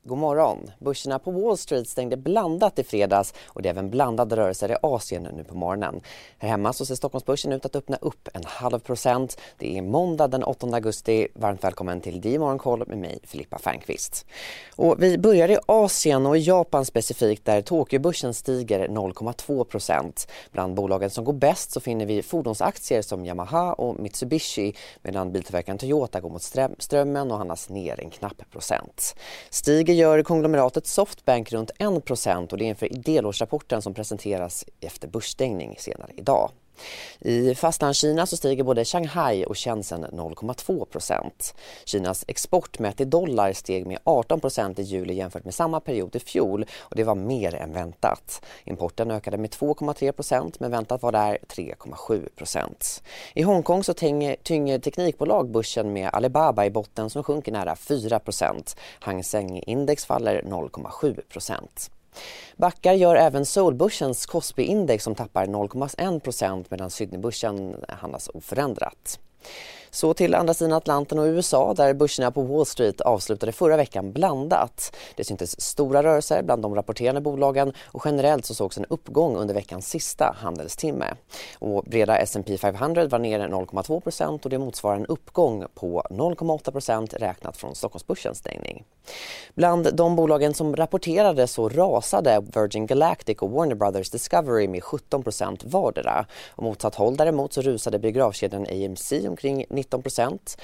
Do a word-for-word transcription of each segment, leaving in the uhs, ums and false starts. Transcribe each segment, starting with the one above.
God morgon. Börserna på Wall Street stängde blandat i fredags och det är även blandade rörelser i Asien nu på morgonen. Här hemma så ser Stockholmsbörsen ut att öppna upp en halv procent. Det är måndag den åttonde augusti. Varmt välkommen till D I Morgonkoll med mig, Filippa Färnqvist. Och vi börjar i Asien och i Japan specifikt där Tokyobörsen stiger noll komma två procent. Bland bolagen som går bäst så finner vi fordonsaktier som Yamaha och Mitsubishi medan biltillverkaren Toyota går mot strömmen och handlas ner en knapp procent. Stiger gör konglomeratet Softbank runt en procent och det är inför delårsrapporten som presenteras efter börsstängning senare idag. I fastlandskina så stiger både Shanghai och Shenzhen noll komma två procent. Kinas export mätt i dollar steg med arton procent i juli jämfört med samma period i fjol och det var mer än väntat. Importen ökade med två komma tre procent men väntat var där tre komma sju procent. I Hongkong så tynger, tynger teknikbolag börsen med Alibaba i botten som sjunker nära fyra procent. Hang Seng-index faller noll komma sju procent. Backar gör även Seoulbörsens Kospi-index som tappar noll komma en procent medan Sydneybörsen handlas oförändrat. Så till andra sidan Atlanten och U S A där börserna på Wall Street avslutade förra veckan blandat. Det syntes stora rörelser bland de rapporterande bolagen och generellt så sågs en uppgång under veckans sista handelstimme. Och breda S and P femhundra var ner noll komma två procent och det motsvarar en uppgång på noll komma åtta procent räknat från Stockholmsbörsens stängning. Bland de bolagen som rapporterade så rasade Virgin Galactic och Warner Brothers Discovery med sjutton procent vardera. Och motsatt håll däremot så rusade biografkedjan A M C omkring nitton procent.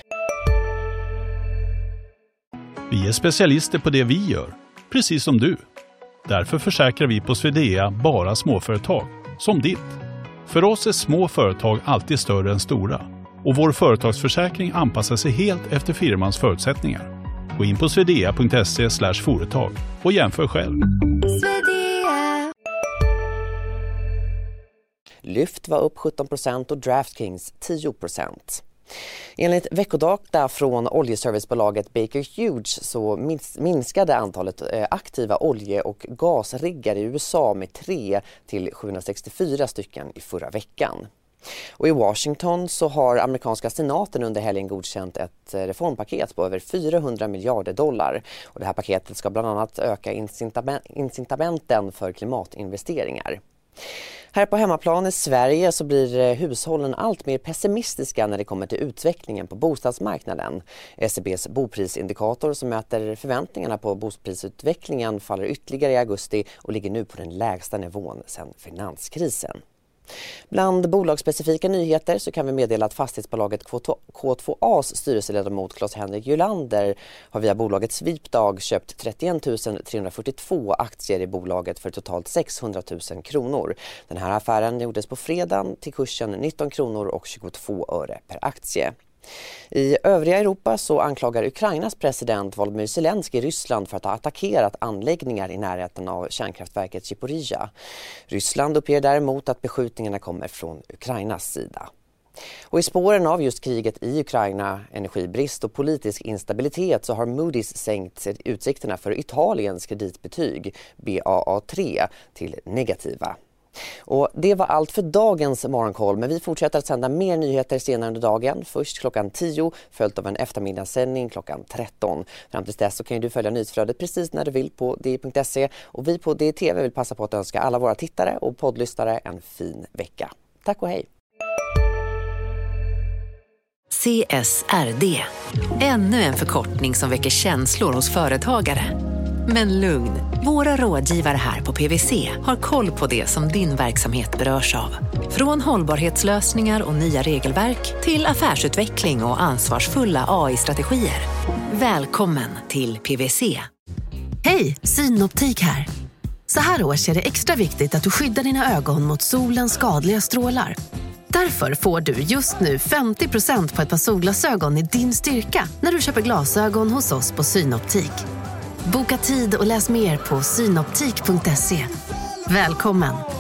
Vi är specialister på det vi gör, precis som du. Därför försäkrar vi på Swedea bara småföretag, som ditt. För oss är små företag alltid större än stora. Och vår företagsförsäkring anpassar sig helt efter firmans förutsättningar. Gå in på swedea punkt se slash företag och jämför själv. Swedea. Lyft var upp sjutton procent och DraftKings tio procent. Enligt veckodata från oljeservicebolaget Baker Hughes så minskade antalet aktiva olje- och gasriggar i U S A med tre till sjuhundrasextiofyra stycken i förra veckan. Och i Washington så har amerikanska senaten under helgen godkänt ett reformpaket på över fyrahundra miljarder dollar. Och det här paketet ska bland annat öka incitamenten för klimatinvesteringar. Här på hemmaplan i Sverige så blir hushållen allt mer pessimistiska när det kommer till utvecklingen på bostadsmarknaden. S C B:s boprisindikator som mäter förväntningarna på boprisutvecklingen faller ytterligare i augusti och ligger nu på den lägsta nivån sedan finanskrisen. Bland bolagsspecifika nyheter så kan vi meddela att fastighetsbolaget K två A's styrelseledamot Claes-Henrik Gylander har via bolagets svipdag köpt trettioen tusen trehundrafyrtiotvå aktier i bolaget för totalt sexhundratusen kronor. Den här affären gjordes på fredagen till kursen nitton kronor och tjugotvå öre per aktie. I övriga Europa så anklagar Ukrainas president Volodymyr Zelensky Ryssland för att ha attackerat anläggningar i närheten av kärnkraftverket Zaporizjzja. Ryssland uppger däremot att beskjutningarna kommer från Ukrainas sida. Och i spåren av just kriget i Ukraina, energibrist och politisk instabilitet så har Moody's sänkt utsikterna för Italiens kreditbetyg B A A tre till negativa. Och det var allt för dagens morgonkoll, men vi fortsätter att sända mer nyheter senare under dagen. Först klockan tio, följt av en eftermiddagssändning klockan tretton. Fram tills dess så kan du följa nyhetsflödet precis när du vill på d i punkt se. Och vi på D I T V vill passa på att önska alla våra tittare och poddlyssnare en fin vecka. Tack och hej! C S R D. Ännu en förkortning som väcker känslor hos företagare. Men lugn, våra rådgivare här på P W C har koll på det som din verksamhet berörs av. Från hållbarhetslösningar och nya regelverk till affärsutveckling och ansvarsfulla A I-strategier. Välkommen till P W C. Hej, Synoptik här. Så här års är det extra viktigt att du skyddar dina ögon mot solens skadliga strålar. Därför får du just nu femtio procent på ett par solglasögon i din styrka när du köper glasögon hos oss på Synoptik. Boka tid och läs mer på synoptik punkt se. Välkommen!